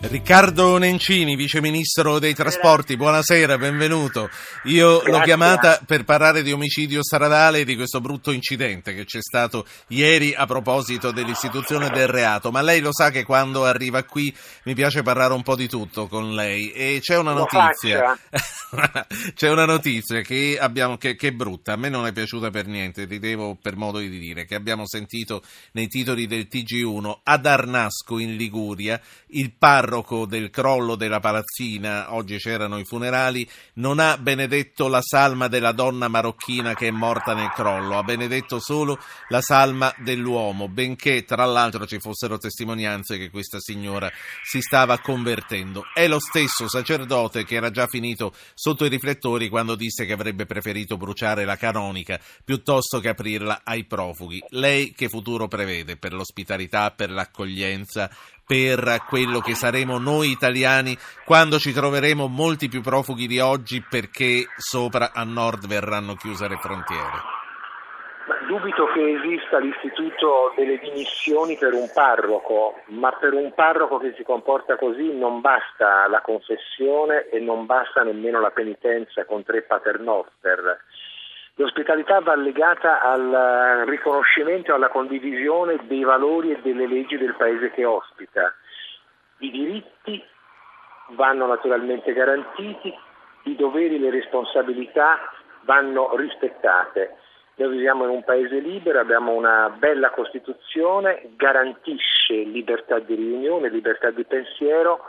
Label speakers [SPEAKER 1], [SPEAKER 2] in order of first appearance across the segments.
[SPEAKER 1] Riccardo Nencini, Vice Ministro dei Trasporti, buonasera, benvenuto. Io l'ho chiamata per parlare di omicidio stradale e di questo brutto incidente che c'è stato ieri a proposito dell'istituzione del reato, ma lei lo sa che quando arriva qui mi piace parlare un po' di tutto con lei e c'è una notizia, che è brutta, a me non è piaciuta per niente, ridevo per modo di dire, che abbiamo sentito nei titoli del TG1. Ad Arnasco in Liguria il parroco del crollo della palazzina, oggi c'erano i funerali, non ha benedetto la salma della donna marocchina che è morta nel crollo, ha benedetto solo la salma dell'uomo, benché tra l'altro ci fossero testimonianze che questa signora si stava convertendo. È lo stesso sacerdote che era già finito sotto i riflettori quando disse che avrebbe preferito bruciare la canonica piuttosto che aprirla ai profughi. Lei che futuro prevede per l'ospitalità, per l'accoglienza, per quello che saremo noi italiani quando ci troveremo molti più profughi di oggi perché sopra a nord verranno chiuse le frontiere?
[SPEAKER 2] Dubito che esista l'istituto delle dimissioni per un parroco, ma per un parroco che si comporta così non basta la confessione e non basta nemmeno la penitenza con 3 paternoster. L'ospitalità va legata al riconoscimento e alla condivisione dei valori e delle leggi del paese che ospita. I diritti vanno naturalmente garantiti, i doveri e le responsabilità vanno rispettate. Noi viviamo in un paese libero, abbiamo una bella Costituzione, garantisce libertà di riunione, libertà di pensiero,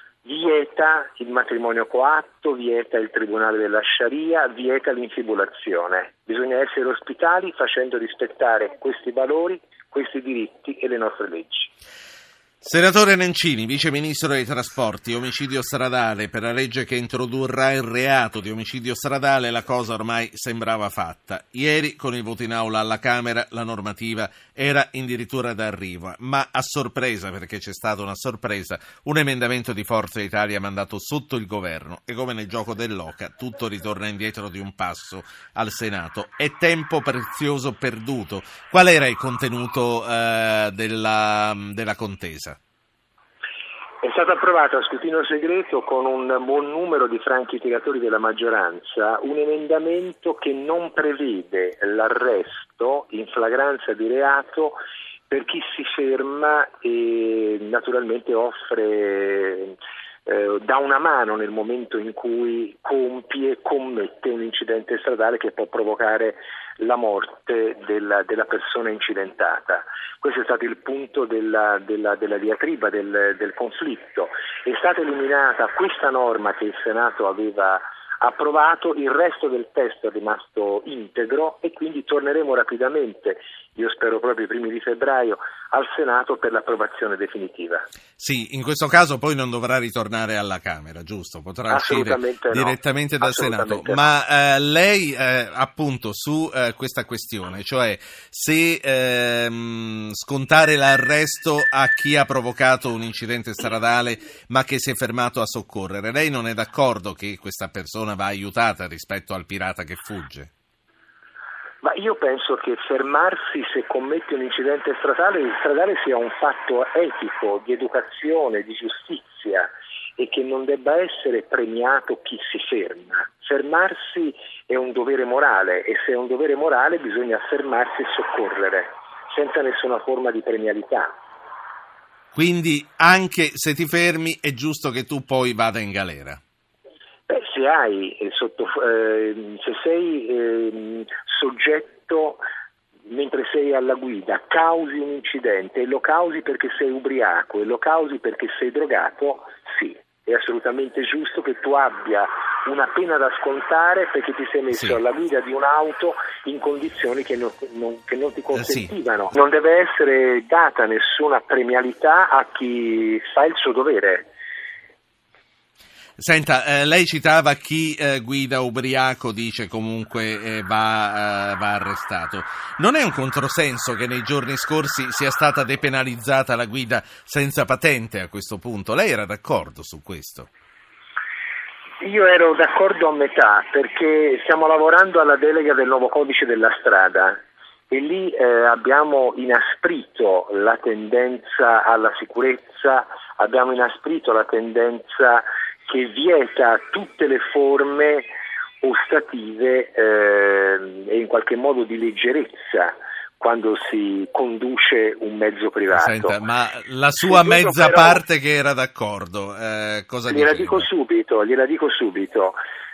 [SPEAKER 2] vieta il matrimonio coatto, vieta il tribunale della Sharia, vieta l'infibulazione. Bisogna essere ospitali facendo rispettare questi valori, questi diritti e le nostre leggi.
[SPEAKER 1] Senatore Nencini, Vice Ministro dei Trasporti, omicidio stradale, per la legge che introdurrà il reato di omicidio stradale la cosa ormai sembrava fatta. Ieri con il voto in aula alla Camera la normativa era addirittura d'arrivo, ma a sorpresa, perché c'è stata una sorpresa, un emendamento di Forza Italia mandato sotto il governo e come nel gioco dell'oca tutto ritorna indietro di un passo al Senato. È tempo prezioso perduto. Qual era il contenuto della contesa?
[SPEAKER 2] È stato approvato a scrutinio segreto con un buon numero di franchi tiratori della maggioranza un emendamento che non prevede l'arresto in flagranza di reato per chi si ferma e naturalmente dà una mano nel momento in cui commette un incidente stradale che può provocare la morte della persona incidentata. Questo è stato il punto della diatriba, del conflitto. È stata eliminata questa norma che il Senato aveva approvato, il resto del testo è rimasto integro e quindi torneremo rapidamente, io spero proprio i primi di febbraio, al Senato per l'approvazione definitiva.
[SPEAKER 1] Sì, in questo caso poi non dovrà ritornare alla Camera, giusto? Potrà uscire direttamente dal Senato.
[SPEAKER 2] No.
[SPEAKER 1] Ma lei appunto su questa questione, cioè se scontare l'arresto a chi ha provocato un incidente stradale ma che si è fermato a soccorrere, lei non è d'accordo che questa persona va aiutata rispetto al pirata che fugge?
[SPEAKER 2] Ma io penso che fermarsi se commette un incidente stradale sia un fatto etico, di educazione, di giustizia e che non debba essere premiato chi si ferma. Fermarsi è un dovere morale e se è un dovere morale bisogna fermarsi e soccorrere, senza nessuna forma di premialità.
[SPEAKER 1] Quindi anche se ti fermi è giusto che tu poi vada in galera?
[SPEAKER 2] Se sei soggetto mentre sei alla guida, causi un incidente e lo causi perché sei ubriaco e lo causi perché sei drogato, sì, è assolutamente giusto che tu abbia una pena da scontare perché ti sei messo alla guida di un'auto in condizioni che non ti consentivano. Non deve essere data nessuna premialità a chi fa il suo dovere.
[SPEAKER 1] Senta, lei citava chi guida ubriaco, dice comunque va arrestato. Non è un controsenso che nei giorni scorsi sia stata depenalizzata la guida senza patente a questo punto? Lei era d'accordo su questo?
[SPEAKER 2] Io ero d'accordo a metà perché stiamo lavorando alla delega del nuovo codice della strada e lì abbiamo inasprito la tendenza alla sicurezza, abbiamo inasprito la tendenza che vieta tutte le forme ostative e in qualche modo di leggerezza quando si conduce un mezzo privato.
[SPEAKER 1] Senta, ma la sua mezza parte che era d'accordo, cosa diceva?
[SPEAKER 2] Gliela dico subito.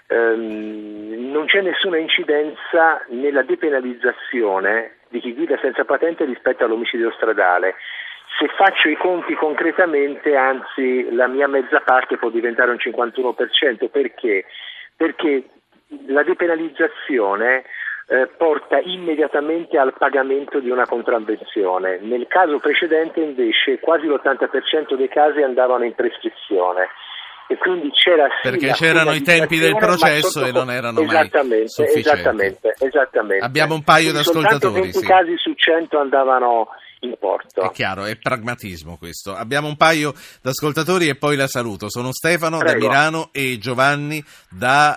[SPEAKER 2] Non c'è nessuna incidenza nella depenalizzazione di chi guida senza patente rispetto all'omicidio stradale. Se faccio i conti concretamente, anzi, la mia mezza parte può diventare un 51%. Perché? Perché la depenalizzazione porta immediatamente al pagamento di una contravvenzione. Nel caso precedente invece quasi l'80% dei casi andavano in prescrizione e quindi c'era
[SPEAKER 1] perché c'erano i tempi del processo e non erano mai sufficienti.
[SPEAKER 2] Esattamente.
[SPEAKER 1] Abbiamo un paio di ascoltatori.
[SPEAKER 2] Soltanto 20 casi su 100 andavano in porto.
[SPEAKER 1] È chiaro, è pragmatismo questo. Abbiamo un paio di ascoltatori e poi la saluto. Sono Stefano da Milano e Giovanni da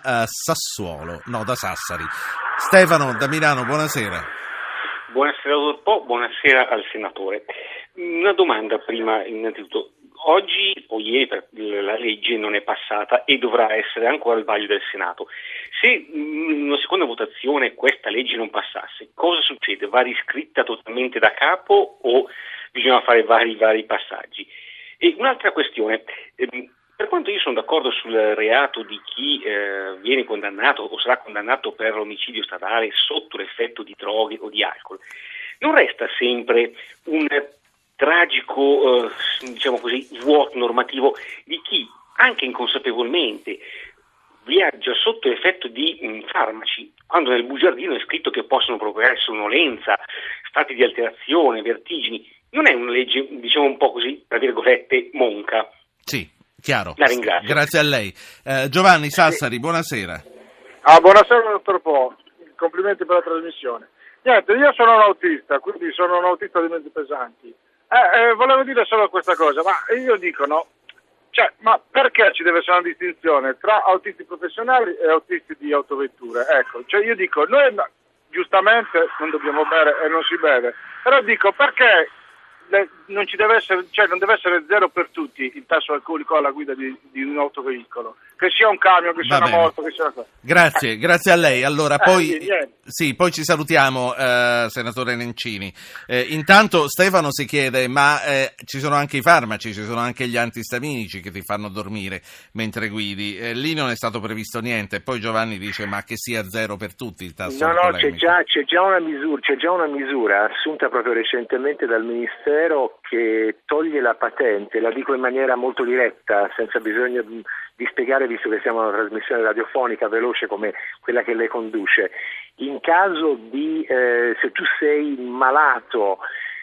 [SPEAKER 1] Sassari. Stefano da Milano, buonasera.
[SPEAKER 3] Buonasera dottor Po, buonasera al senatore. Una domanda prima, innanzitutto. Oggi o ieri la legge non è passata e dovrà essere ancora al vaglio del Senato. Se in una seconda votazione questa legge non passasse, cosa succede? Va riscritta totalmente da capo o bisogna fare vari passaggi? E un'altra questione, per quanto io sono d'accordo sul reato di chi viene condannato o sarà condannato per l'omicidio stradale sotto l'effetto di droghe o di alcol, non resta sempre un tragico, vuoto normativo di chi, anche inconsapevolmente, viaggia sotto effetto di farmaci, quando nel bugiardino è scritto che possono provocare sonnolenza, stati di alterazione, vertigini. Non è una legge, un po' così, tra virgolette, monca.
[SPEAKER 1] Sì, chiaro.
[SPEAKER 3] La ringrazio.
[SPEAKER 1] Grazie a lei. Giovanni Sassari, buonasera.
[SPEAKER 4] Buonasera dottor Po, complimenti per la trasmissione. Niente, io sono un autista, quindi sono un autista di mezzi pesanti. Volevo dire solo questa cosa, ma io dico ma perché ci deve essere una distinzione tra autisti professionali e autisti di autovetture? Ecco, io dico, noi giustamente non dobbiamo bere e non si beve, però dico perché non ci deve essere, non deve essere zero per tutti il tasso alcolico alla guida di un autoveicolo, che sia un camion, che sia una moto, che sia una cosa.
[SPEAKER 1] Grazie a lei. Allora, poi ci salutiamo, senatore Nencini. Intanto Stefano si chiede, ma ci sono anche i farmaci, ci sono anche gli antistaminici che ti fanno dormire mentre guidi. Lì non è stato previsto niente. Poi Giovanni dice, ma che sia zero per tutti il tasso alcolemico.
[SPEAKER 2] C'è già una misura assunta proprio recentemente dal Ministero che toglie la patente, la dico in maniera molto diretta, senza bisogno di spiegare, visto che siamo una trasmissione radiofonica veloce come quella che lei conduce. In caso di, se tu sei malato,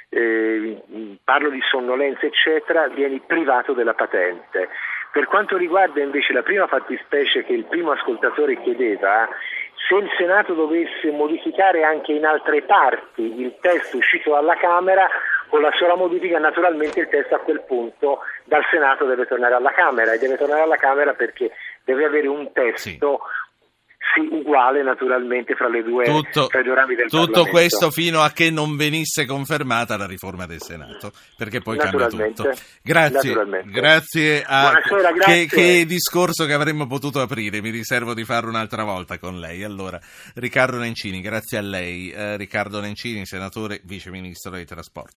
[SPEAKER 2] parlo di sonnolenza eccetera, vieni privato della patente. Per quanto riguarda invece la prima fattispecie che il primo ascoltatore chiedeva, se il Senato dovesse modificare anche in altre parti il testo uscito dalla Camera, con la sola modifica naturalmente il testo a quel punto dal Senato deve tornare alla Camera, e deve tornare alla Camera perché deve avere un testo uguale naturalmente fra i due rami del Parlamento.
[SPEAKER 1] Tutto questo fino a che non venisse confermata la riforma del Senato, perché poi cambia tutto. Grazie.
[SPEAKER 2] Buonasera, grazie.
[SPEAKER 1] Che discorso che avremmo potuto aprire, mi riservo di farlo un'altra volta con lei. Allora, Riccardo Nencini, grazie a lei. Riccardo Nencini, senatore, vice ministro dei trasporti.